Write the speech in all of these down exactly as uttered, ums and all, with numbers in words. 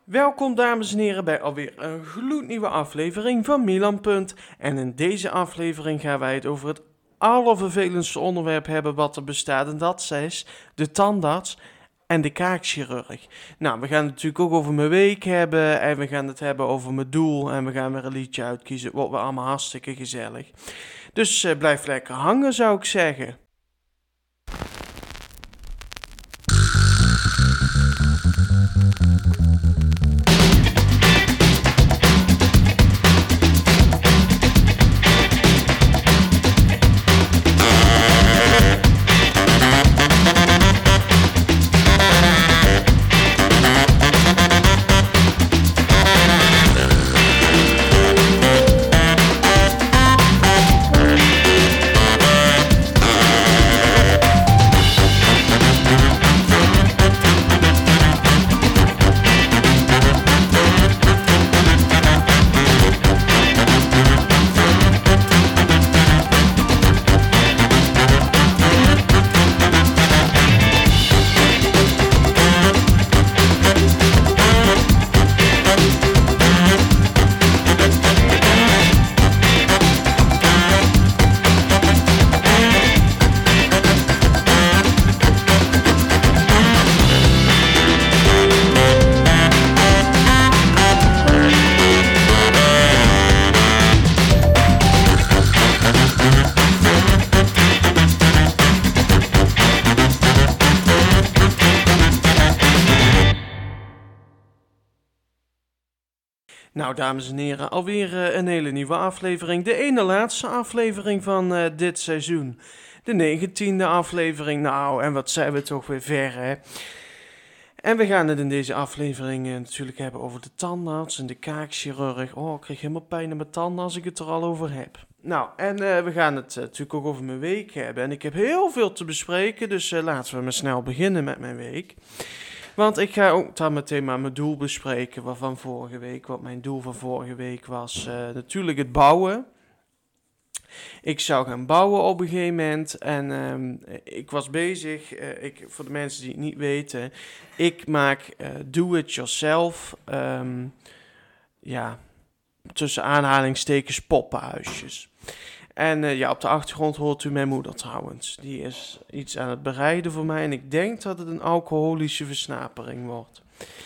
Welkom dames en heren bij alweer een gloednieuwe aflevering van Milan Punt. En in deze aflevering gaan wij het over het allervervelendste onderwerp hebben wat er bestaat. En dat is de tandarts en de kaakchirurg. Nou, we gaan het natuurlijk ook over mijn week hebben. En we gaan het hebben over mijn doel. En we gaan weer een liedje uitkiezen. Het wordt weer allemaal hartstikke gezellig. Dus uh, blijf lekker hangen, zou ik zeggen. Nou, dames en heren, alweer uh, een hele nieuwe aflevering. De ene laatste aflevering van uh, dit seizoen. De negentiende aflevering. Nou, en wat zijn we toch weer ver, hè? En we gaan het in deze aflevering uh, natuurlijk hebben over de tandarts en de kaakchirurg. Oh, ik krijg helemaal pijn in mijn tanden als ik het er al over heb. Nou, en uh, we gaan het uh, natuurlijk ook over mijn week hebben. En ik heb heel veel te bespreken, dus uh, laten we maar snel beginnen met mijn week. Want ik ga ook dan meteen maar mijn doel bespreken waarvan vorige week. Wat mijn doel van vorige week was uh, natuurlijk het bouwen. Ik zou gaan bouwen op een gegeven moment. En um, ik was bezig, uh, ik, voor de mensen die het niet weten. Ik maak uh, do-it-yourself, um, ja, tussen aanhalingstekens poppenhuisjes. En uh, ja, op de achtergrond hoort u mijn moeder trouwens. Die is iets aan het bereiden voor mij. En ik denk dat het een alcoholische versnapering wordt.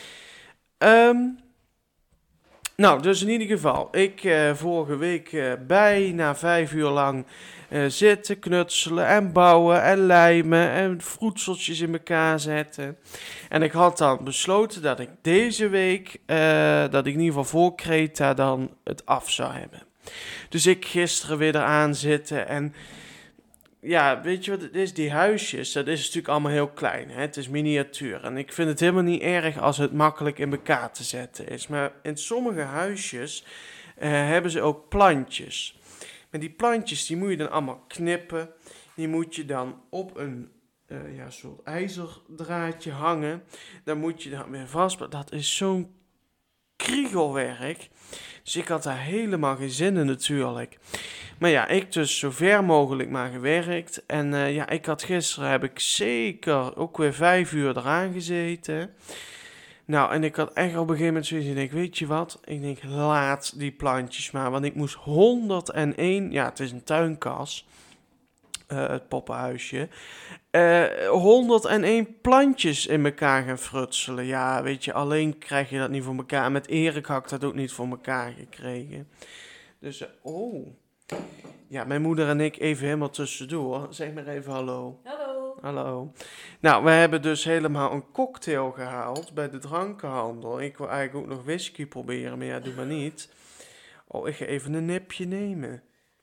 Um, nou, dus in ieder geval. Ik uh, vorige week uh, bijna vijf uur lang uh, zitten, knutselen en bouwen en lijmen. En vroetseltjes in elkaar zetten. En ik had dan besloten dat ik deze week, uh, dat ik in ieder geval voor Kreta dan het af zou hebben. Dus ik gisteren weer eraan zitten en ja, weet je wat het is? Die huisjes, dat is natuurlijk allemaal heel klein. Hè? Het is miniatuur en ik vind het helemaal niet erg als het makkelijk in elkaar te zetten is. Maar in sommige huisjes uh, hebben ze ook plantjes. En die plantjes, die moet je dan allemaal knippen. Die moet je dan op een uh, ja, soort ijzerdraadje hangen. Dan moet je dan weer vast. Dat is zo'n kriegelwerk. Dus ik had daar helemaal geen zin in natuurlijk. Maar ja, ik dus zo ver mogelijk maar gewerkt. En uh, ja, ik had gisteren, heb ik zeker ook weer vijf uur eraan gezeten. Nou, en ik had echt op een gegeven moment zoiets, ik denk, weet je wat? Ik denk, laat die plantjes maar. Want ik moest honderdéén, ja, het is een tuinkas, uh, het poppenhuisje. Uh, honderdéén plantjes in elkaar gaan frutselen. Ja, weet je, alleen krijg je dat niet voor elkaar. En met Erik had ik dat ook niet voor elkaar gekregen. Dus, uh, oh. Ja, mijn moeder en ik even helemaal tussendoor. Zeg maar even hallo. Hallo. Hallo. Nou, we hebben dus helemaal een cocktail gehaald bij de drankenhandel. Ik wil eigenlijk ook nog whisky proberen, maar ja, doe maar niet. Oh, ik ga even een nipje nemen.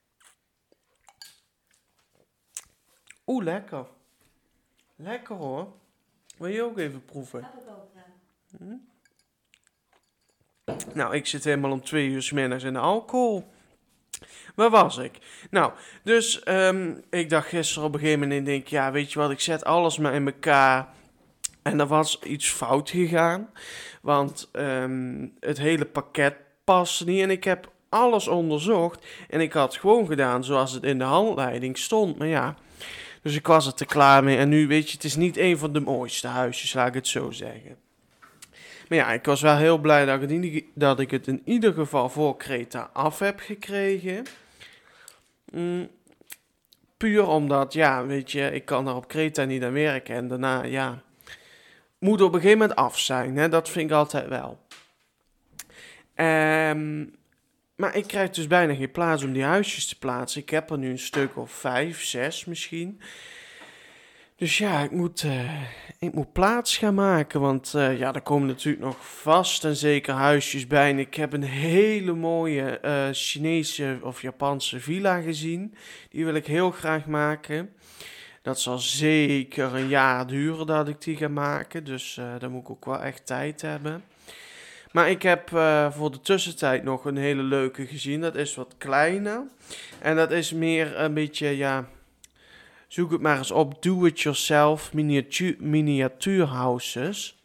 Oeh, lekker. Lekker hoor. Wil je ook even proeven? Heb ik ook, ja. Hm? Nou, ik zit helemaal om twee uur 's middags in de alcohol. Waar was ik? Nou, dus um, ik dacht gisteren op een gegeven moment, denk ja, weet je wat, ik zet alles maar in elkaar. En er was iets fout gegaan, want um, het hele pakket paste niet en ik heb alles onderzocht en ik had gewoon gedaan zoals het in de handleiding stond, maar ja, dus ik was er te klaar mee en nu weet je, het is niet een van de mooiste huisjes, laat ik het zo zeggen. Maar ja, ik was wel heel blij dat ik, het in, dat ik het in ieder geval voor Kreta af heb gekregen. Mm, puur omdat, ja, weet je, ik kan daar op Kreta niet aan werken. En daarna, ja, moet op een gegeven moment af zijn. Hè? Dat vind ik altijd wel. Um, maar ik krijg dus bijna geen plaats om die huisjes te plaatsen. Ik heb er nu een stuk of vijf, zes misschien. Dus ja, ik moet, uh, ik moet plaats gaan maken, want uh, ja, er komen natuurlijk nog vast en zeker huisjes bij. En ik heb een hele mooie uh, Chinese of Japanse villa gezien. Die wil ik heel graag maken. Dat zal zeker een jaar duren dat ik die ga maken, dus uh, dan moet ik ook wel echt tijd hebben. Maar ik heb uh, voor de tussentijd nog een hele leuke gezien. Dat is wat kleiner. En dat is meer een beetje, ja... Zoek het maar eens op. Do-it-yourself miniatuur, miniatuurhouses.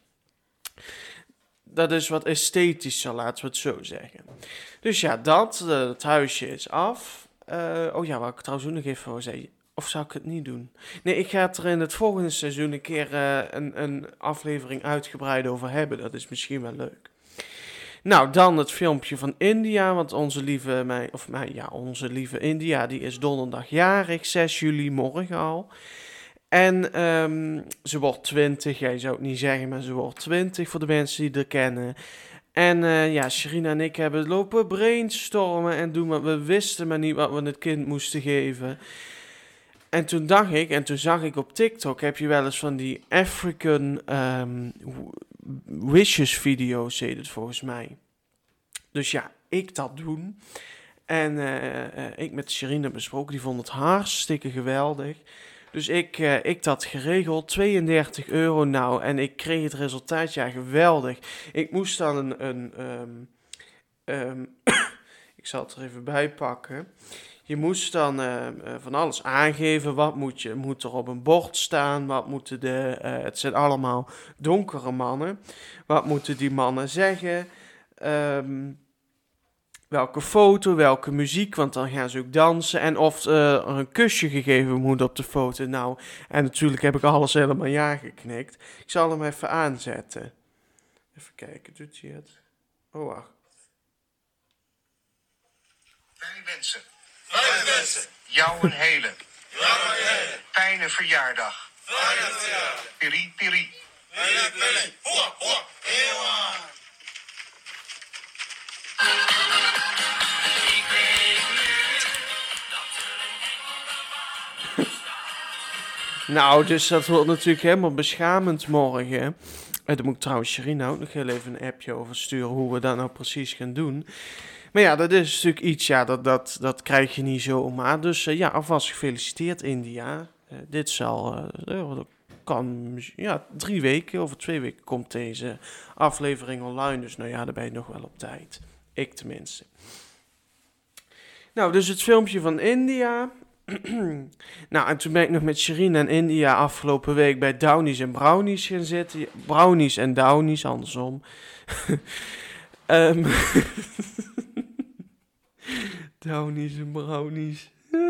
Dat is wat esthetischer, laten we het zo zeggen. Dus ja, dat. Uh, het huisje is af. Uh, oh ja, wat ik trouwens ook nog even voor zeggen. Of zou ik het niet doen? Nee, ik ga het er in het volgende seizoen een keer uh, een, een aflevering uitgebreid over hebben. Dat is misschien wel leuk. Nou, dan het filmpje van India, want onze lieve, mij, of mij, ja, onze lieve India, die is donderdag jarig, zes juli, morgen al. En um, ze wordt twintig, jij zou het niet zeggen, maar ze wordt twintig voor de mensen die er kennen. En uh, ja, Sherina en ik hebben lopen brainstormen en doen, maar we wisten maar niet wat we het kind moesten geven. En toen dacht ik, en toen zag ik op TikTok, heb je wel eens van die African um, wishes video's, heet het volgens mij. Dus ja, ik dat doen. En uh, uh, ik met Sherina besproken, die vond het hartstikke geweldig. Dus ik, uh, ik dat geregeld, tweeëndertig euro nou, en ik kreeg het resultaat, ja geweldig. Ik moest dan een, een um, um, ik zal het er even bij pakken. Je moest dan uh, uh, van alles aangeven. Wat moet, je, moet er op een bord staan? Wat moeten de... Uh, het zijn allemaal donkere mannen. Wat moeten die mannen zeggen? Um, welke foto, welke muziek, want dan gaan ze ook dansen. En of uh, er een kusje gegeven moet op de foto. Nou, en natuurlijk heb ik alles helemaal ja geknikt. Ik zal hem even aanzetten. Even kijken, doet hij het? Oh, wacht. Wij wensen... Wij wensen jou een hele, jou een hele fijne verjaardag. Fijne verjaardag. Piri, piri. Piri, piri. Hoa, hoa, ewa. Ik weet nu dat er een engel Nou, dus dat wordt natuurlijk helemaal beschamend morgen. En dan moet ik trouwens Sherina ook nog heel even een appje over sturen hoe we dat nou precies gaan doen. Maar ja, dat is natuurlijk iets, ja, dat, dat, dat krijg je niet zomaar. Dus uh, ja, alvast gefeliciteerd India. Uh, dit zal, uh, kan, ja, drie weken, over twee weken komt deze aflevering online. Dus nou ja, daar ben je nog wel op tijd. Ik tenminste. Nou, dus het filmpje van India. Nou, en toen ben ik nog met Sherina en India afgelopen week bij Downies en Brownies gaan zitten. Brownies en Downies, andersom. um, Downies en Brownies.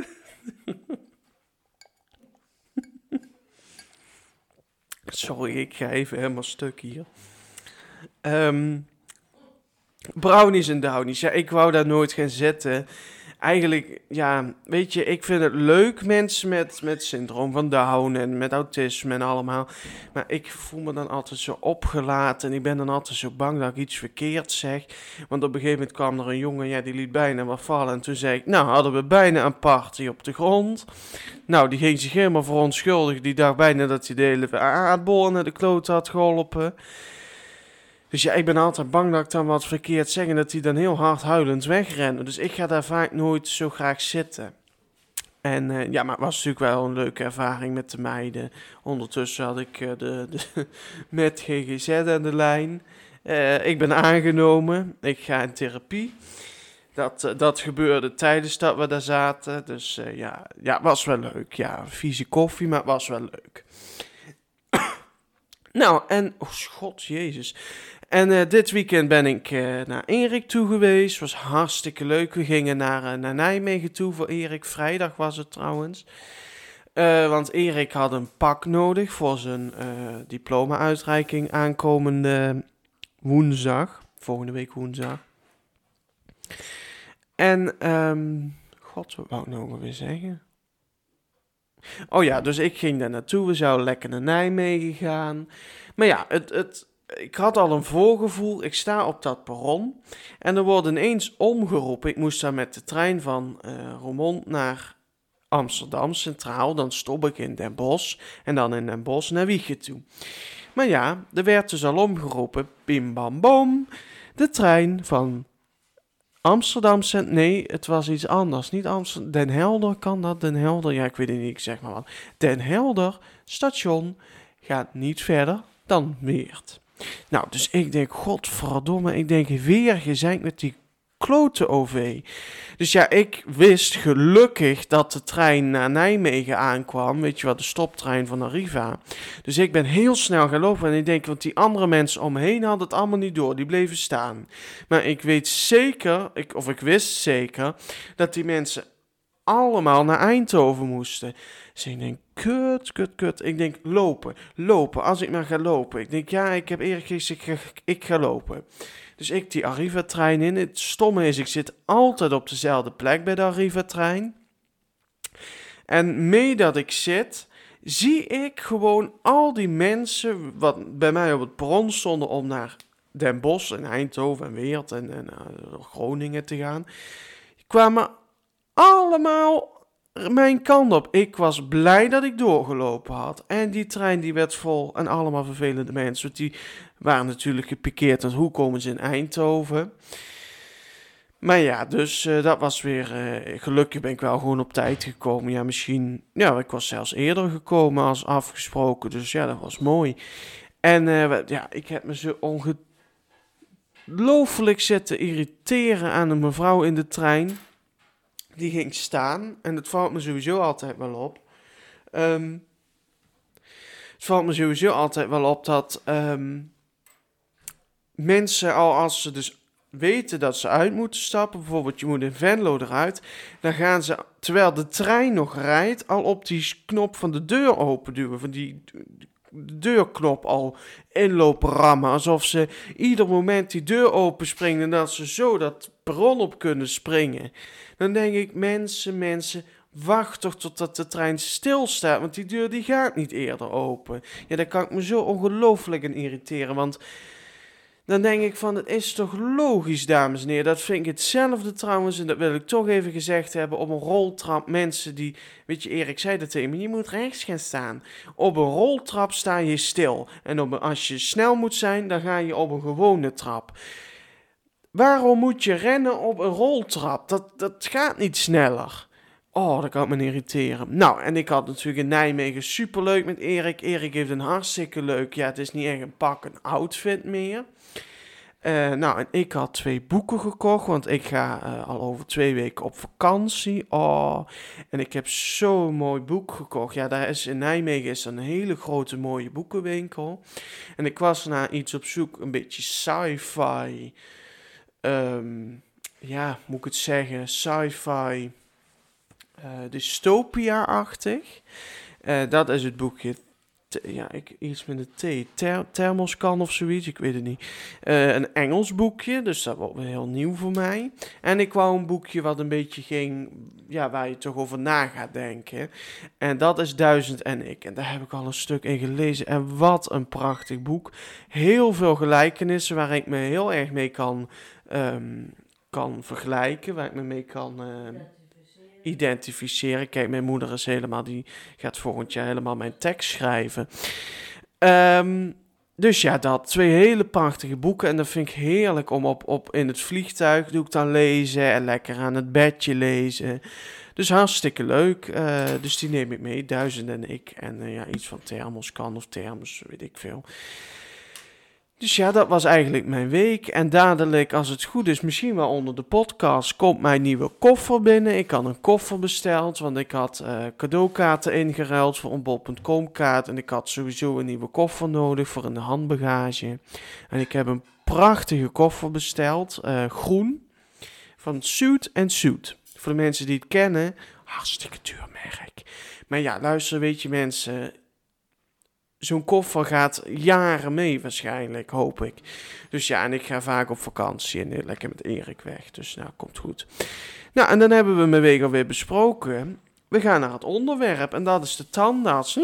Sorry, ik ga even helemaal stuk hier. Um, brownies en Downies. Ja, ik wou daar nooit gaan zitten. Eigenlijk, ja, weet je, ik vind het leuk, mensen met, met syndroom van Down en met autisme en allemaal. Maar ik voel me dan altijd zo opgelaten en ik ben dan altijd zo bang dat ik iets verkeerd zeg. Want op een gegeven moment kwam er een jongen, ja, die liet bijna wat vallen. En toen zei ik, nou, hadden we bijna een party op de grond. Nou, die ging zich helemaal verontschuldigen. Die dacht bijna dat hij de hele aardbol naar de kloot had geholpen. Dus ja, ik ben altijd bang dat ik dan wat verkeerd zeg en dat hij dan heel hard huilend wegrende. Dus ik ga daar vaak nooit zo graag zitten. En uh, ja, maar het was natuurlijk wel een leuke ervaring met de meiden. Ondertussen had ik uh, de, de met G G Z aan de lijn. Uh, ik ben aangenomen. Ik ga in therapie. Dat, uh, dat gebeurde tijdens dat we daar zaten. Dus uh, ja, ja, het was wel leuk. Ja, vieze koffie, maar het was wel leuk. Nou, en... Oh, god, jezus. En uh, dit weekend ben ik uh, naar Erik toe geweest. Was hartstikke leuk. We gingen naar, uh, naar Nijmegen toe voor Erik. Vrijdag was het trouwens. Uh, want Erik had een pak nodig voor zijn uh, diploma-uitreiking aankomende woensdag. Volgende week woensdag. En, um, god, wat wou ik nou weer zeggen? Oh ja, dus ik ging daar naartoe. We zouden lekker naar Nijmegen gaan. Maar ja, het, het, ik had al een voorgevoel. Ik sta op dat perron. En er wordt ineens omgeroepen. Ik moest daar met de trein van uh, Roermond naar Amsterdam Centraal. Dan stop ik in Den Bosch. En dan in Den Bosch naar Wijchen toe. Maar ja, er werd dus al omgeroepen. Bim bam bom. De trein van Amsterdam Centraal. Nee, het was iets anders. Niet Amsterdam. Den Helder kan dat. Den Helder. Ja, ik weet het niet. Ik zeg maar wat. Den Helder station gaat niet verder dan Weert. Nou, dus ik denk, godverdomme. Ik denk, weer gezeik met die klote O V. Dus ja, ik wist gelukkig dat de trein naar Nijmegen aankwam. Weet je wat, de stoptrein van Arriva. Dus ik ben heel snel gaan lopen. En ik denk, want die andere mensen om me heen hadden het allemaal niet door. Die bleven staan. Maar ik weet zeker, ik, of ik wist zeker, dat die mensen allemaal naar Eindhoven moesten. Dus ik denk, kut, kut, kut. Ik denk, lopen, lopen. Als ik maar ga lopen. Ik denk, ja, ik heb eerlijk gezegd, ik ga, ik ga lopen. Dus ik die Arriva-trein in. Het stomme is, ik zit altijd op dezelfde plek bij de Arriva-trein. En mee dat ik zit, zie ik gewoon al die mensen, wat bij mij op het perron stonden om naar Den Bosch en Eindhoven en Weert en, en uh, Groningen te gaan, kwamen allemaal mijn kant op. Ik was blij dat ik doorgelopen had. En die trein die werd vol en allemaal vervelende mensen. Want die waren natuurlijk gepikeerd. Want hoe komen ze in Eindhoven? Maar ja, dus uh, dat was weer... Uh, gelukkig ben ik wel gewoon op tijd gekomen. Ja, misschien... Ja, ik was zelfs eerder gekomen als afgesproken. Dus ja, dat was mooi. En uh, ja, ik heb me zo ongelooflijk zitten irriteren aan een mevrouw in de trein. Die ging staan. En het valt me sowieso altijd wel op. Um, het valt me sowieso altijd wel op dat um, mensen al als ze dus weten dat ze uit moeten stappen. Bijvoorbeeld je moet in Venlo eruit. Dan gaan ze, terwijl de trein nog rijdt, al op die knop van de deur open duwen. Van die deurknop al inlopen rammen. Alsof ze ieder moment die deur openspringen en dat ze zo dat perron op kunnen springen. Dan denk ik, mensen, mensen, wacht toch totdat de trein stilstaat, want die deur die gaat niet eerder open. Ja, daar kan ik me zo ongelooflijk aan irriteren, want dan denk ik van, het is toch logisch, dames en heren. Dat vind ik hetzelfde trouwens, en dat wil ik toch even gezegd hebben, op een roltrap mensen die, weet je, Erik zei dat tegen me, je moet rechts gaan staan. Op een roltrap sta je stil. En op een, als je snel moet zijn, dan ga je op een gewone trap. Waarom moet je rennen op een roltrap? Dat, dat gaat niet sneller. Oh, dat kan me irriteren. Nou, en ik had natuurlijk in Nijmegen superleuk met Erik. Erik heeft een hartstikke leuk, ja, het is niet echt een pak, een outfit meer. Uh, nou, en ik had twee boeken gekocht, want ik ga uh, al over twee weken op vakantie. Oh, en ik heb zo'n mooi boek gekocht. Ja, daar is in Nijmegen is een hele grote mooie boekenwinkel. En ik was naar iets op zoek, een beetje sci-fi. Um, ja, moet ik het zeggen, sci-fi, uh, dystopia-achtig. Uh, dat is het boekje. Te, ja, ik, iets met een T. Ther, thermoskan of zoiets, ik weet het niet. Uh, een Engels boekje, dus dat wordt wel heel nieuw voor mij. En ik wou een boekje wat een beetje ging, ja, waar je toch over na gaat denken. En dat is Duizend en ik. En daar heb ik al een stuk in gelezen. En wat een prachtig boek. Heel veel gelijkenissen waar ik me heel erg mee kan, um, kan vergelijken. Waar ik me mee kan uh, identificeren. Kijk, mijn moeder is helemaal, die gaat volgend jaar helemaal mijn tekst schrijven. Um, dus ja, dat. Twee hele prachtige boeken. En dat vind ik heerlijk om op, op in het vliegtuig doe ik dan lezen. En lekker aan het bedje lezen. Dus hartstikke leuk. Uh, dus die neem ik mee. Duizend en ik. En uh, ja, iets van thermoskan of thermos, weet ik veel. Dus ja, dat was eigenlijk mijn week. En dadelijk, als het goed is, misschien wel onder de podcast, komt mijn nieuwe koffer binnen. Ik had een koffer besteld, want ik had uh, cadeaukaarten ingeruild voor een bol punt com kaart. En ik had sowieso een nieuwe koffer nodig voor in de handbagage. En ik heb een prachtige koffer besteld, uh, groen, van Suit and Suit. Voor de mensen die het kennen, hartstikke duur merk. Maar ja, luister, weet je mensen, zo'n koffer gaat jaren mee waarschijnlijk, hoop ik. Dus ja, en ik ga vaak op vakantie en lekker met Erik weg. Dus nou, komt goed. Nou, en dan hebben we mijn week alweer besproken. We gaan naar het onderwerp en dat is de tandarts.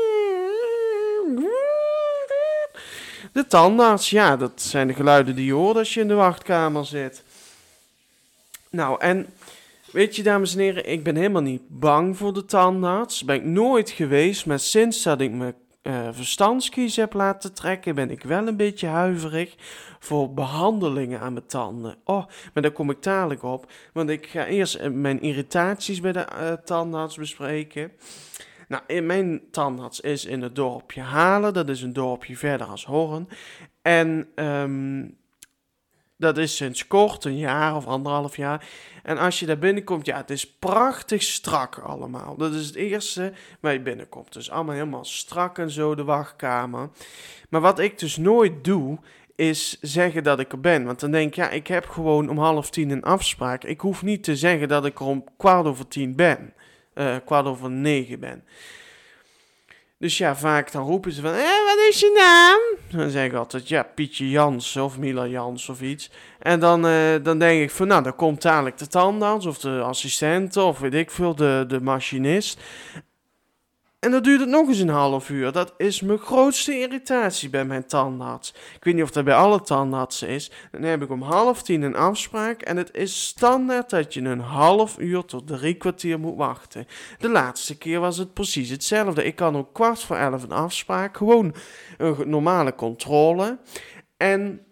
De tandarts, ja, dat zijn de geluiden die je hoort als je in de wachtkamer zit. Nou, en weet je, dames en heren, ik ben helemaal niet bang voor de tandarts. Ben ik nooit geweest, maar sinds dat ik mijn uh, verstandskies heb laten trekken, ben ik wel een beetje huiverig voor behandelingen aan mijn tanden. Oh, maar daar kom ik dadelijk op, want ik ga eerst mijn irritaties bij de uh, tandarts bespreken. Nou, mijn tandarts is in het dorpje Halen, dat is een dorpje verder als Horn. En um, dat is sinds kort, een jaar of anderhalf jaar. En als je daar binnenkomt, ja, het is prachtig strak allemaal. Dat is het eerste waar je binnenkomt. Dus allemaal helemaal strak en zo, de wachtkamer. Maar wat ik dus nooit doe, is zeggen dat ik er ben. Want dan denk ik, ja, ik heb gewoon om half tien een afspraak. Ik hoef niet te zeggen dat ik er om kwart over tien ben. Uh, kwart over negen ben. Dus ja, vaak dan roepen ze van, eh, wat is je naam? Dan zeg ik altijd, ja, Pietje Jans of Mila Jans of iets. En dan, uh, dan denk ik van, nou, dan komt dadelijk de tandarts of de assistente of weet ik veel, de, de machinist. En dan duurt het nog eens een half uur. Dat is mijn grootste irritatie bij mijn tandarts. Ik weet niet of dat bij alle tandartsen is. Dan heb ik om half tien een afspraak. En het is standaard dat je een half uur tot drie kwartier moet wachten. De laatste keer was het precies hetzelfde. Ik had om kwart voor elf een afspraak. Gewoon een normale controle. En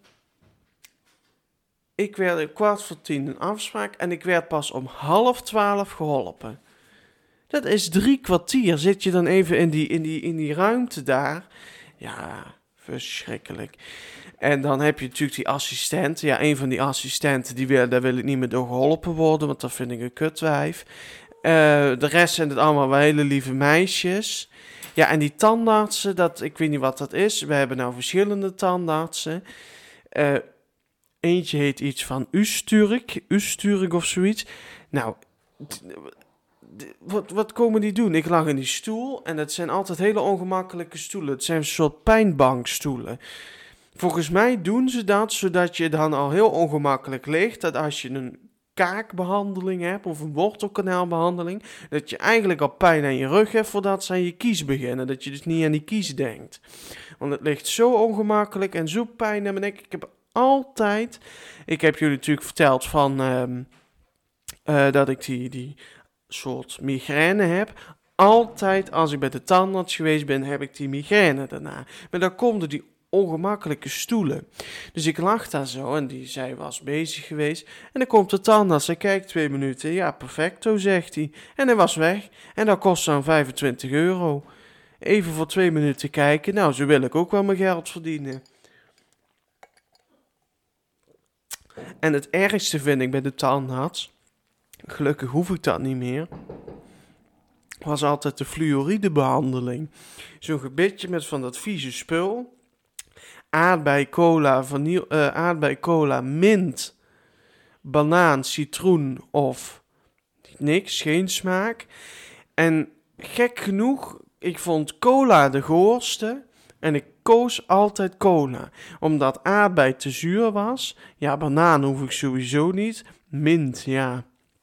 ik werd om kwart voor tien een afspraak. En ik werd pas om half twaalf geholpen. Dat is drie kwartier. Zit je dan even in die, in die, in die ruimte daar? Ja, verschrikkelijk. En dan heb je natuurlijk die assistent. Ja, een van die assistenten, die wil, daar wil ik niet meer door geholpen worden, want dat vind ik een kutwijf. Uh, de rest zijn het allemaal wel hele lieve meisjes. Ja, en die tandartsen, dat, ik weet niet wat dat is. We hebben nou verschillende tandartsen. Uh, eentje heet iets van Usturk, Usturk of zoiets. Nou, t- Wat, wat komen die doen? Ik lag in die stoel en het zijn altijd hele ongemakkelijke stoelen. Het zijn een soort pijnbankstoelen. Volgens mij doen ze dat zodat je dan al heel ongemakkelijk ligt. Dat als je een kaakbehandeling hebt of een wortelkanaalbehandeling, dat je eigenlijk al pijn aan je rug hebt voordat ze aan je kies beginnen. Dat je dus niet aan die kies denkt. Want het ligt zo ongemakkelijk en zo pijn aan mijn nek. Ik heb altijd, ik heb jullie natuurlijk verteld van um, uh, dat ik die... die soort migraine heb. Altijd als ik bij de tandarts geweest ben, heb ik die migraine daarna. Maar dan komen die ongemakkelijke stoelen. Dus ik lag daar zo en die, zij was bezig geweest. En dan komt de tandarts, hij kijkt twee minuten. Ja, perfecto, zegt hij. En hij was weg. En dat kost dan vijfentwintig euro. Even voor twee minuten kijken. Nou, zo wil ik ook wel mijn geld verdienen. En het ergste vind ik bij de tandarts, gelukkig hoef ik dat niet meer, was altijd de fluoridebehandeling. Zo'n gebitje met van dat vieze spul. Aardbei, cola, vanille, uh, aardbei, cola, mint, banaan, citroen of niks, geen smaak. En gek genoeg, ik vond cola de goorste en ik koos altijd cola. Omdat aardbei te zuur was. Ja, banaan hoef ik sowieso niet. Mint, ja,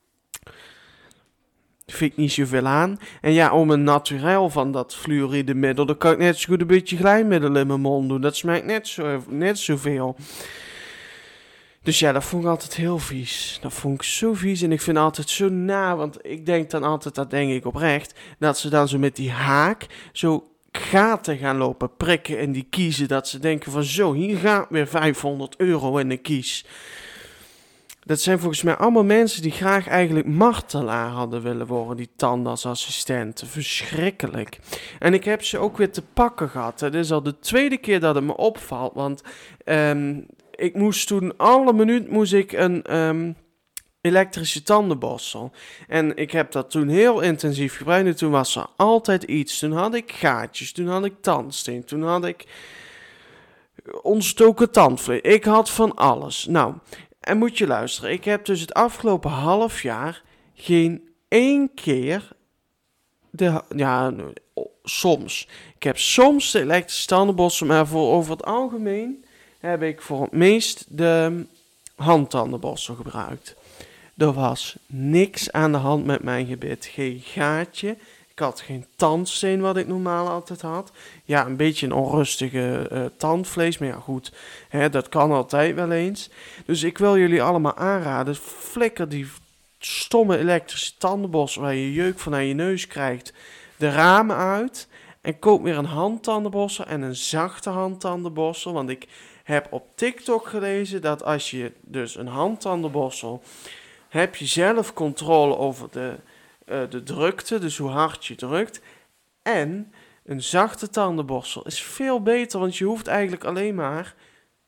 vind ik niet zoveel aan. En ja, om een naturel van dat fluoridemiddel, dan kan ik net zo goed een beetje glijmiddel in mijn mond doen. Dat smaakt net, zo, net zoveel. Dus ja, dat vond ik altijd heel vies. Dat vond ik zo vies en ik vind het altijd zo na, want ik denk dan altijd, dat denk ik oprecht, dat ze dan zo met die haak zo gaten gaan lopen prikken in die kiezen, dat ze denken van zo, hier gaat weer vijfhonderd euro in de kies. Dat zijn volgens mij allemaal mensen die graag eigenlijk martelaar hadden willen worden, die tandartsassistenten. Verschrikkelijk. En ik heb ze ook weer te pakken gehad. Het is al de tweede keer dat het me opvalt, want um, ik moest toen, alle minuut moest ik een um, elektrische tandenborstel. En ik heb dat toen heel intensief gebruikt en toen was er altijd iets. Toen had ik gaatjes, toen had ik tandsteen, toen had ik ontstoken tandvlees. Ik had van alles. Nou, en moet je luisteren, ik heb dus het afgelopen half jaar geen één keer, de, ja, soms. Ik heb soms de elektrische tandenborstel, maar voor over het algemeen heb ik voor het meest de handtandenborstel gebruikt. Er was niks aan de hand met mijn gebit. Geen gaatje. Ik had geen tandsteen wat ik normaal altijd had. Ja, een beetje een onrustige uh, tandvlees. Maar ja, goed. Hè, dat kan altijd wel eens. Dus ik wil jullie allemaal aanraden. Flikker die stomme elektrische tandenborstel waar je jeuk van aan je neus krijgt. De ramen uit. En koop weer een handtandenborstel. En een zachte handtandenborstel. Want ik heb op TikTok gelezen dat als je dus een handtandenborstel... heb je zelf controle over de, uh, de drukte, dus hoe hard je drukt. En een zachte tandenborstel is veel beter, want je hoeft eigenlijk alleen maar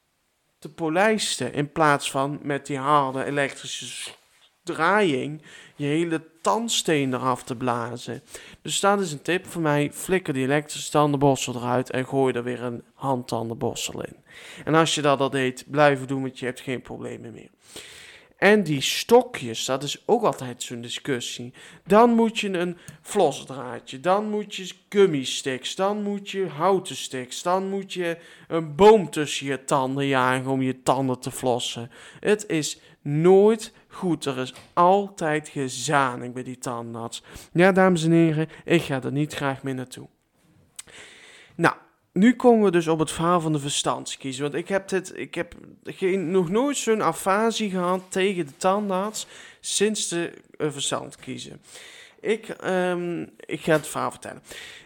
te polijsten. In plaats van met die harde elektrische draaiing je hele tandsteen eraf te blazen. Dus dat is een tip van mij. Flikker die elektrische tandenborstel eruit en gooi er weer een handtandenborstel in. En als je dat al deed, blijven doen, want je hebt geen problemen meer. En die stokjes, dat is ook altijd zo'n discussie. Dan moet je een flosdraadje, dan moet je gummisticks, dan moet je houten sticks, dan moet je een boom tussen je tanden jagen om je tanden te flossen. Het is nooit goed, er is altijd gezanik bij die tandarts. Ja, dames en heren, ik ga er niet graag meer naartoe. Nou. Nu komen we dus op het verhaal van de verstandskiezer. Want ik heb, dit, ik heb geen, nog nooit zo'n afasie gehad tegen de tandarts sinds de uh, verstandskiezer. Ik, um, ik ga het verhaal vertellen.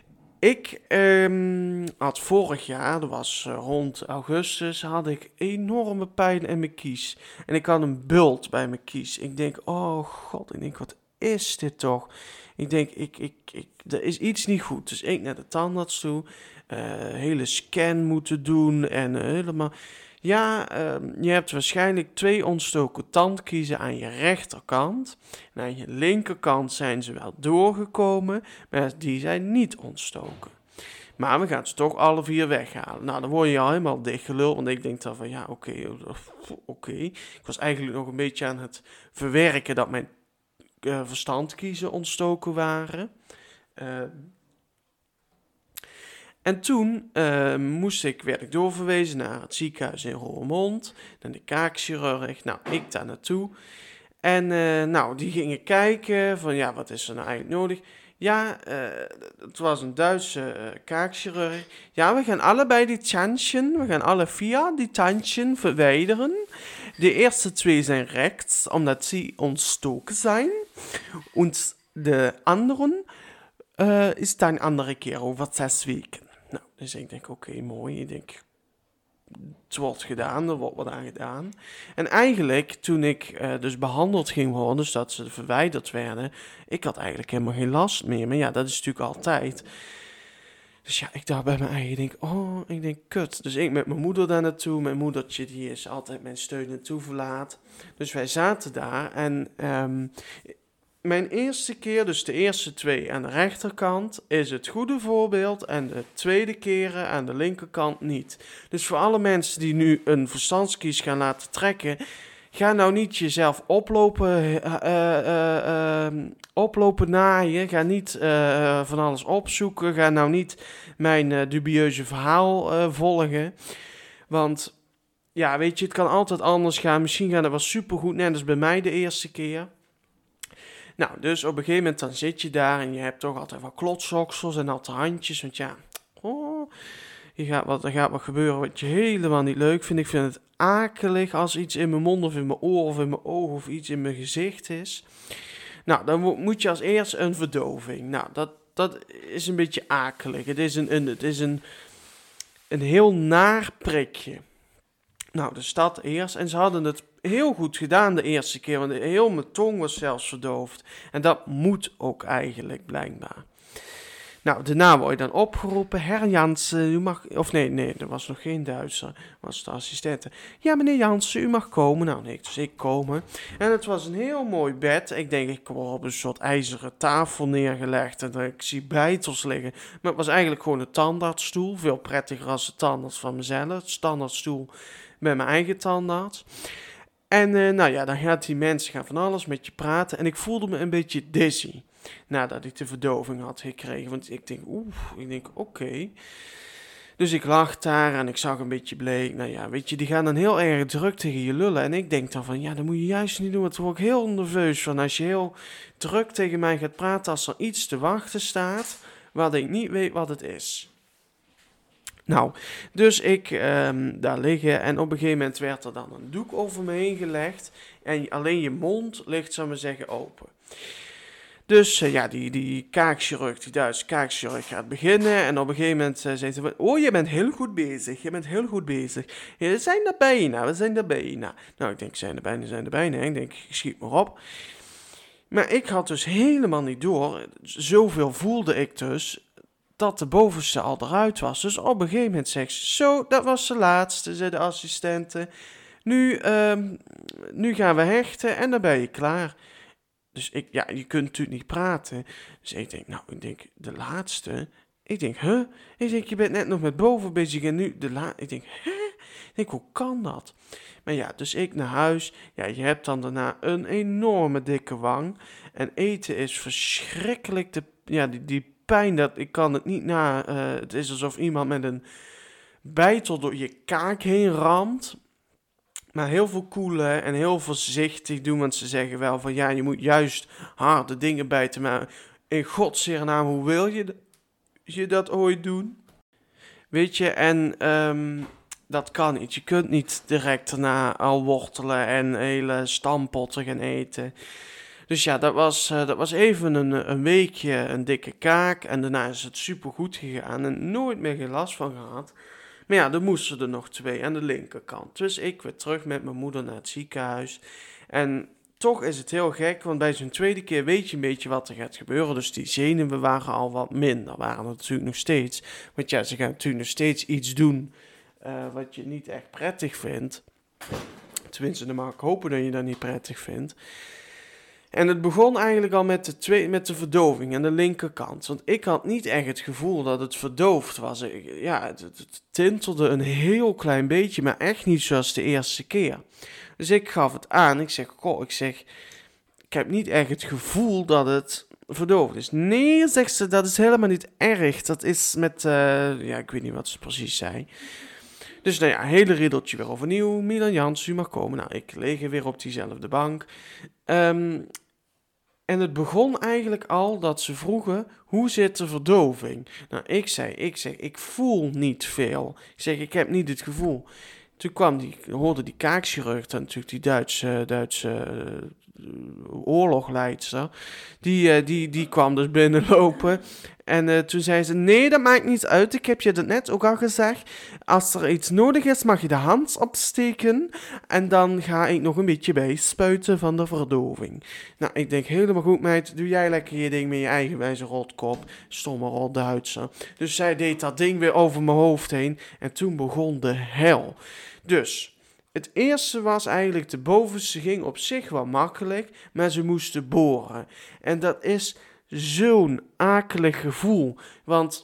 Ik um, had vorig jaar, dat was uh, rond augustus, had ik enorme pijn in mijn kies. En ik had een bult bij mijn kies. Ik denk, oh god, ik denk, wat is dit toch? Ik denk, ik, ik, ik, er is iets niet goed. Dus ik naar de tandarts toe. Uh, hele scan moeten doen en uh, helemaal... Ja, uh, je hebt waarschijnlijk twee ontstoken tandkiezen aan je rechterkant. En aan je linkerkant zijn ze wel doorgekomen, maar die zijn niet ontstoken. Maar we gaan ze toch alle vier weghalen. Nou, dan word je al helemaal dichtgeluld, want ik denk dan van ja, oké, okay, oké. Okay. Ik was eigenlijk nog een beetje aan het verwerken dat mijn uh, verstandkiezen ontstoken waren. Uh, En toen uh, moest ik, werd ik doorverwezen naar het ziekenhuis in Roermond, naar de kaakchirurg. Nou, ik daar naartoe. En uh, nou, die gingen kijken van, ja, wat is er nou eigenlijk nodig? Ja, uh, het was een Duitse uh, kaakchirurg. Ja, we gaan allebei die tandjes, we gaan alle vier die tandjes verwijderen. De eerste twee zijn rechts, omdat ze ontstoken zijn. En de anderen uh, is dan een andere keer over zes weken. Nou, dus ik denk, oké, okay, mooi. Ik denk, het wordt gedaan, er wordt wat aan gedaan. En eigenlijk, toen ik uh, dus behandeld ging worden, dus dat ze verwijderd werden, ik had eigenlijk helemaal geen last meer. Maar ja, dat is natuurlijk altijd. Dus ja, ik dacht bij mijn eigen, ik denk, oh, ik denk, kut. Dus ik met mijn moeder daar naartoe. Mijn moedertje, die is altijd mijn steun en toeverlaat. Dus wij zaten daar en... Um, Mijn eerste keer, dus de eerste twee aan de rechterkant, is het goede voorbeeld en de tweede keren aan de linkerkant niet. Dus voor alle mensen die nu een verstandskies gaan laten trekken, ga nou niet jezelf oplopen, uh, uh, uh, oplopen naaien, ga niet uh, van alles opzoeken, ga nou niet mijn uh, dubieuze verhaal uh, volgen, want ja, weet je, het kan altijd anders gaan, misschien gaat het wel supergoed, net als bij mij de eerste keer. Nou, dus op een gegeven moment dan zit je daar en je hebt toch altijd wat klotsoksels en natte handjes. Want ja, oh, je gaat wat, er gaat wat gebeuren wat je helemaal niet leuk vindt. Ik vind het akelig als iets in mijn mond of in mijn oor of in mijn oog of iets in mijn gezicht is. Nou, dan moet je als eerst een verdoving. Nou, dat, dat is een beetje akelig. Het is een, een, het is een, een heel naar prikje. Nou, dus dat eerst. En ze hadden het heel goed gedaan de eerste keer, want heel mijn tong was zelfs verdoofd. En dat moet ook eigenlijk, blijkbaar. Nou, daarna word je dan opgeroepen. Herr Jansen, u mag... Of nee, nee, er was nog geen Duitser. Was de assistente. Ja, meneer Jansen, u mag komen. Nou, nee, dus ik komen. En het was een heel mooi bed. Ik denk, ik word op een soort ijzeren tafel neergelegd. En ik zie bijtels liggen. Maar het was eigenlijk gewoon een tandartsstoel. Veel prettiger als de tandarts van mezelf. Standaardstoel met mijn eigen tandarts. En uh, nou ja, dan gaat die mensen gaan van alles met je praten. En ik voelde me een beetje dizzy. Nadat ik de verdoving had gekregen. Want ik denk, oeh, ik denk, oké. Okay. Dus ik lag daar en ik zag een beetje bleek. Nou ja, weet je, die gaan dan heel erg druk tegen je lullen. En ik denk dan van, ja, dat moet je juist niet doen. Want daar word ik heel nerveus van. Als je heel druk tegen mij gaat praten als er iets te wachten staat, wat ik niet weet wat het is. Nou, dus ik um, daar liggen en op een gegeven moment werd er dan een doek over me heen gelegd. En alleen je mond ligt, zou ik maar zeggen, open. Dus uh, ja, die, die kaakchirurg, die Duitse kaakchirurg gaat beginnen. En op een gegeven moment uh, zei ze, oh, je bent heel goed bezig, je bent heel goed bezig. Ja, we zijn er bijna, we zijn er bijna. Nou, ik denk, zijn er bijna, zijn er bijna. Ik denk, schiet maar op. Maar ik had dus helemaal niet door, zoveel voelde ik dus, dat de bovenste al eruit was. Dus op een gegeven moment zegt ze, zo, dat was de laatste, zei de assistente. Nu, um, nu gaan we hechten en dan ben je klaar. Dus ik, ja, je kunt natuurlijk niet praten. Dus ik denk, nou, ik denk, de laatste. Ik denk, huh? Ik denk, je bent net nog met boven bezig en nu de laatste. Ik denk, hè? Ik denk, hoe kan dat? Maar ja, dus ik naar huis. Ja, je hebt dan daarna een enorme dikke wang. En eten is verschrikkelijk. De, ja, die, die pijn, dat, ik kan het niet na. Uh, het is alsof iemand met een bijtel door je kaak heen ramt. Maar heel veel koelen en heel voorzichtig doen. Want ze zeggen wel van ja, je moet juist harde dingen bijten. Maar in godsheer naam, hoe wil je, d- je dat ooit doen? Weet je, en um, dat kan niet. Je kunt niet direct daarna al wortelen en hele stampotten gaan eten. Dus ja, dat was, uh, dat was even een, een weekje een dikke kaak. En daarna is het supergoed gegaan en nooit meer geen last van gehad. Maar ja, er moesten er nog twee aan de linkerkant. Dus ik weer terug met mijn moeder naar het ziekenhuis. En toch is het heel gek, want bij zo'n tweede keer weet je een beetje wat er gaat gebeuren. Dus die zenuwen waren al wat minder, waren er natuurlijk nog steeds. Want ja, ze gaan natuurlijk nog steeds iets doen uh, wat je niet echt prettig vindt. Tenminste, dan mag ik hopen dat je dat niet prettig vindt. En het begon eigenlijk al met de, twee, met de verdoving aan de linkerkant. Want ik had niet echt het gevoel dat het verdoofd was. Ja, het, het tintelde een heel klein beetje, maar echt niet zoals de eerste keer. Dus ik gaf het aan. Ik zeg, goh, ik zeg, ik heb niet echt het gevoel dat het verdoofd is. Nee, zegt ze, dat is helemaal niet erg. Dat is met, uh, ja, ik weet niet wat ze precies zei. Dus nou ja, hele riddeltje weer overnieuw. Milan Jans, u mag komen. Nou, ik lig weer op diezelfde bank. Um, en het begon eigenlijk al dat ze vroegen, hoe zit de verdoving? Nou, ik zei, ik zeg, ik voel niet veel. Ik zeg, ik heb niet het gevoel. Toen kwam die, hoorde die kaakchirurg, natuurlijk die Duitse, Duitse uh, oorlogleidster, die, uh, die, die kwam dus binnenlopen. En uh, toen zei ze, nee, dat maakt niet uit, ik heb je dat net ook al gezegd. Als er iets nodig is, mag je de hand opsteken en dan ga ik nog een beetje bijspuiten van de verdoving. Nou, ik denk, helemaal goed meid, doe jij lekker je ding met je eigen wijze rotkop, stomme rot Duitser. Dus zij deed dat ding weer over mijn hoofd heen en toen begon de hel. Dus, het eerste was eigenlijk, de bovenste ging op zich wel makkelijk, maar ze moesten boren. En dat is zo'n akelig gevoel, want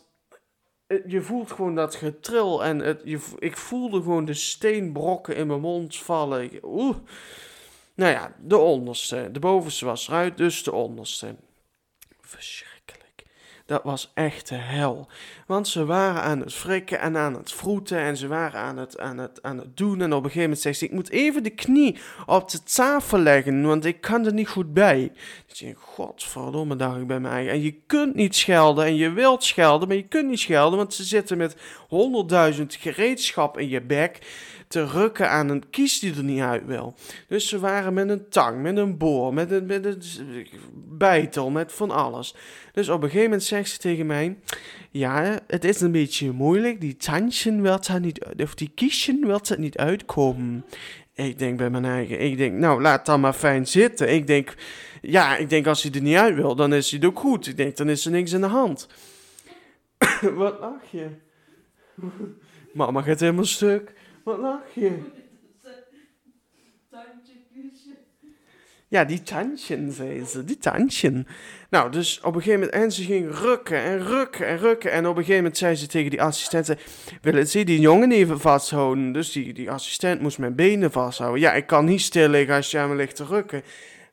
je voelt gewoon dat getril en het, je, ik voelde gewoon de steenbrokken in mijn mond vallen. Oeh. Nou ja, de onderste, de bovenste was eruit, dus de onderste. Verschrikkelijk. Dat was echt de hel. Want ze waren aan het frikken en aan het vroeten en ze waren aan het, aan het, aan het doen. En op een gegeven moment zegt ze, ik moet even de knie op de tafel leggen, want ik kan er niet goed bij. Dus ik, godverdomme, dacht ik bij mij. En je kunt niet schelden en je wilt schelden, maar je kunt niet schelden, want ze zitten met honderdduizend gereedschap in je bek te rukken aan een kies die er niet uit wil. Dus ze waren met een tang, met een boor, met een, met een bijtel, met van alles. Dus op een gegeven moment zegt ze tegen mij, ja, het is een beetje moeilijk, die tandje wil er niet, of die kiesje wil er niet uitkomen. Ik denk bij mijn eigen, ik denk, nou, laat dan maar fijn zitten. Ik denk, ja, ik denk als hij er niet uit wil, dan is hij ook goed. Ik denk, dan is er niks in de hand. Wat lach je? Mama gaat helemaal stuk. Wat lach je? Ja, die tandje, zei ze. Die tandje. Nou, dus op een gegeven moment... En ze ging rukken en rukken en rukken. En op een gegeven moment zei ze tegen die assistent... Willen ze die jongen even vasthouden? Dus die, die assistent moest mijn benen vasthouden. Ja, ik kan niet stil liggen als je aan me ligt te rukken.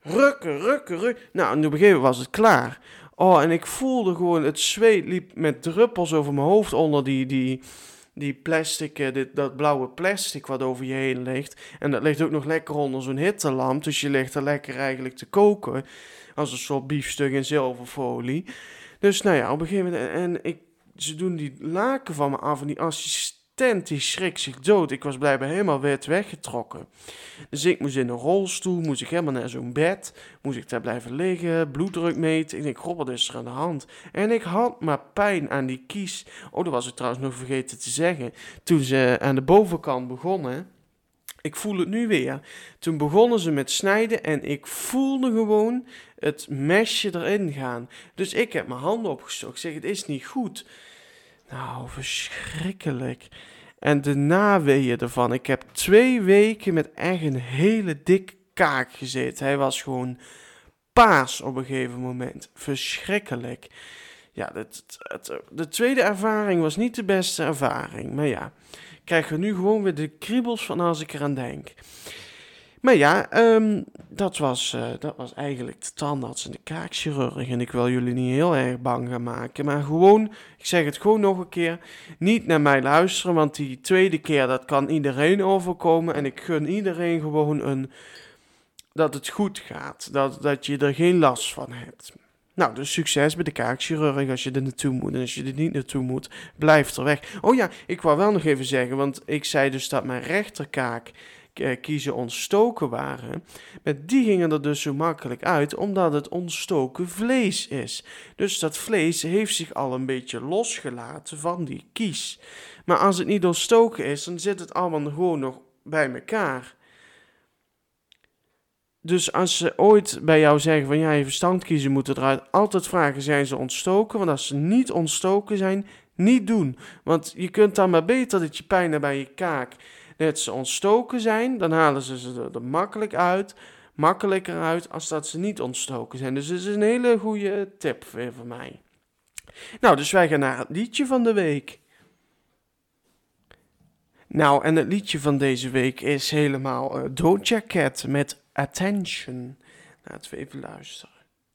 rukken, rukken, rukken. Nou, en op een gegeven moment was het klaar. Oh, en ik voelde gewoon, het zweet liep met druppels over mijn hoofd onder die, die, die plastic, uh, dit, dat blauwe plastic wat over je heen ligt. En dat ligt ook nog lekker onder zo'n hittelamp, dus je ligt er lekker eigenlijk te koken. Als een soort biefstuk in zilverfolie. Dus nou ja, op een gegeven moment, en ik, ze doen die laken van me af en die assistent die schrikt zich dood. Ik was blijkbaar helemaal wit weggetrokken. Dus ik moest in een rolstoel, moest ik helemaal naar zo'n bed, moest ik daar blijven liggen, bloeddruk meten. Ik denk, god, wat is er aan de hand? En ik had maar pijn aan die kies. Oh, dat was ik trouwens nog vergeten te zeggen. Toen ze aan de bovenkant begonnen, ik voel het nu weer. Toen begonnen ze met snijden en ik voelde gewoon het mesje erin gaan. Dus ik heb mijn handen opgestoken. Ik zeg, het is niet goed. Nou, verschrikkelijk. En de naweeën ervan. Ik heb twee weken met echt een hele dikke kaak gezeten. Hij was gewoon paars op een gegeven moment. Verschrikkelijk. Ja, het, het, het, de tweede ervaring was niet de beste ervaring. Maar ja, krijgen we nu gewoon weer de kriebels van als ik eraan denk. Maar ja, um, dat, was, uh, dat was eigenlijk de tandarts en de kaakchirurg. En ik wil jullie niet heel erg bang gaan maken. Maar gewoon, ik zeg het gewoon nog een keer, niet naar mij luisteren. Want die tweede keer, dat kan iedereen overkomen. En ik gun iedereen gewoon een, dat het goed gaat. Dat, dat je er geen last van hebt. Nou, dus succes bij de kaakchirurg als je er naartoe moet. En als je er niet naartoe moet, blijf er weg. Oh ja, ik wou wel nog even zeggen, want ik zei dus dat mijn rechterkaak kiezen ontstoken waren. Met die gingen er dus zo makkelijk uit, omdat het ontstoken vlees is. Dus dat vlees heeft zich al een beetje losgelaten van die kies. Maar als het niet ontstoken is, dan zit het allemaal gewoon nog bij elkaar. Dus als ze ooit bij jou zeggen van ja, je verstandkiezen moeten eruit, altijd vragen, zijn ze ontstoken? Want als ze niet ontstoken zijn, niet doen. Want je kunt dan maar beter dat je pijn hebt bij je kaak, dat ze ontstoken zijn, dan halen ze ze er makkelijk uit, makkelijker uit als dat ze niet ontstoken zijn. Dus dat is een hele goede tip weer van mij. Nou, dus wij gaan naar het liedje van de week. Nou, en het liedje van deze week is helemaal uh, Doja Cat met Attention. Laten we even luisteren.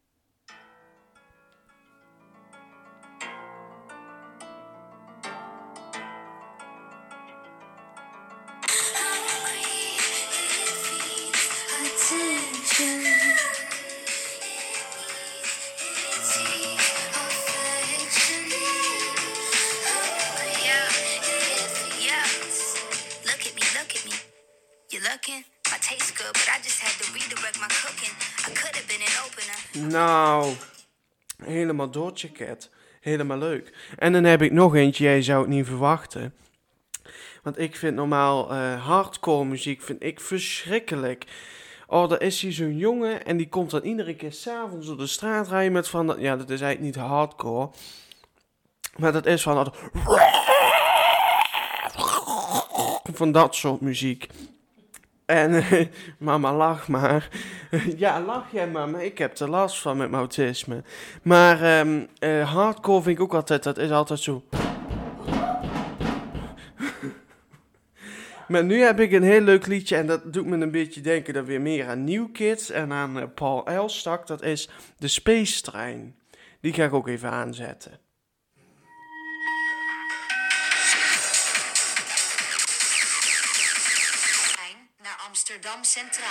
Nou, helemaal Doja Cat. Helemaal leuk. En dan heb ik nog eentje, jij zou het niet verwachten. Want ik vind normaal uh, hardcore muziek vind ik verschrikkelijk. Oh, er is hier zo'n jongen en die komt dan iedere keer s'avonds door de straat rijden met van... Dat, ja, dat is eigenlijk niet hardcore. Maar dat is van... Dat, van dat soort muziek. En uh, mama, lach maar. Ja, lach jij maar, maar ik heb er last van met mijn autisme. Maar um, uh, hardcore vind ik ook altijd, dat is altijd zo... Maar nu heb ik een heel leuk liedje en dat doet me een beetje denken dan weer meer aan New Kids en aan uh, Paul Elstak. Dat is de Space Train. Die ga ik ook even aanzetten. Naar Amsterdam Centraal.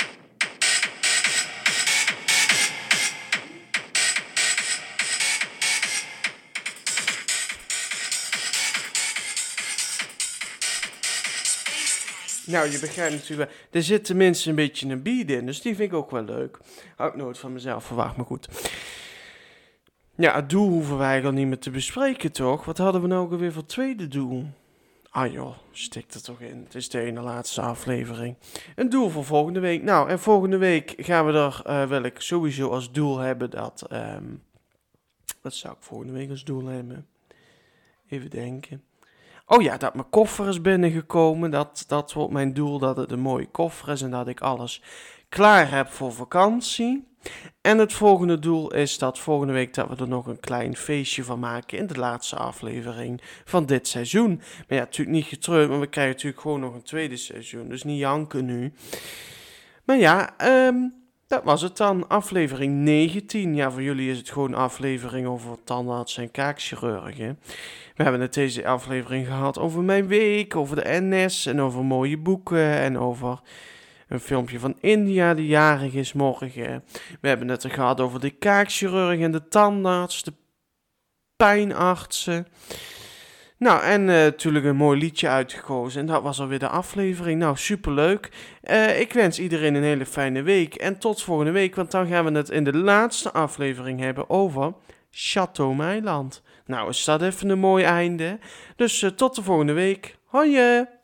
Nou, je begrijpt natuurlijk wel. Er zit tenminste een beetje een beat in, dus die vind ik ook wel leuk. Had ik nooit van mezelf verwacht, maar goed. Ja, het doel hoeven wij eigenlijk al niet meer te bespreken, toch? Wat hadden we nou ook alweer voor het tweede doel? Ah joh, stik er toch in. Het is de ene laatste aflevering. Een doel voor volgende week. Nou, en volgende week gaan we er, uh, wil ik sowieso als doel hebben dat... Um, wat zou ik volgende week als doel hebben? Even denken. Oh ja, dat mijn koffer is binnengekomen. Dat, dat wordt mijn doel, dat het een mooie koffer is en dat ik alles klaar heb voor vakantie. En het volgende doel is dat volgende week dat we er nog een klein feestje van maken in de laatste aflevering van dit seizoen. Maar ja, natuurlijk niet getreurd, maar we krijgen natuurlijk gewoon nog een tweede seizoen. Dus niet janken nu. Maar ja, um, Dat was het dan, aflevering negentien. Ja, voor jullie is het gewoon een aflevering over tandarts en kaakchirurgen. We hebben het deze aflevering gehad over mijn week, over de N S en over mooie boeken en over een filmpje van India die jarig is morgen. We hebben het er gehad over de kaakchirurg en de tandarts, de pijnartsen. Nou, en uh, natuurlijk een mooi liedje uitgekozen. En dat was alweer de aflevering. Nou, superleuk. Uh, ik wens iedereen een hele fijne week. En tot volgende week, want dan gaan we het in de laatste aflevering hebben over Château Meiland. Nou, is dat even een mooi einde. Dus uh, tot de volgende week. Hoi!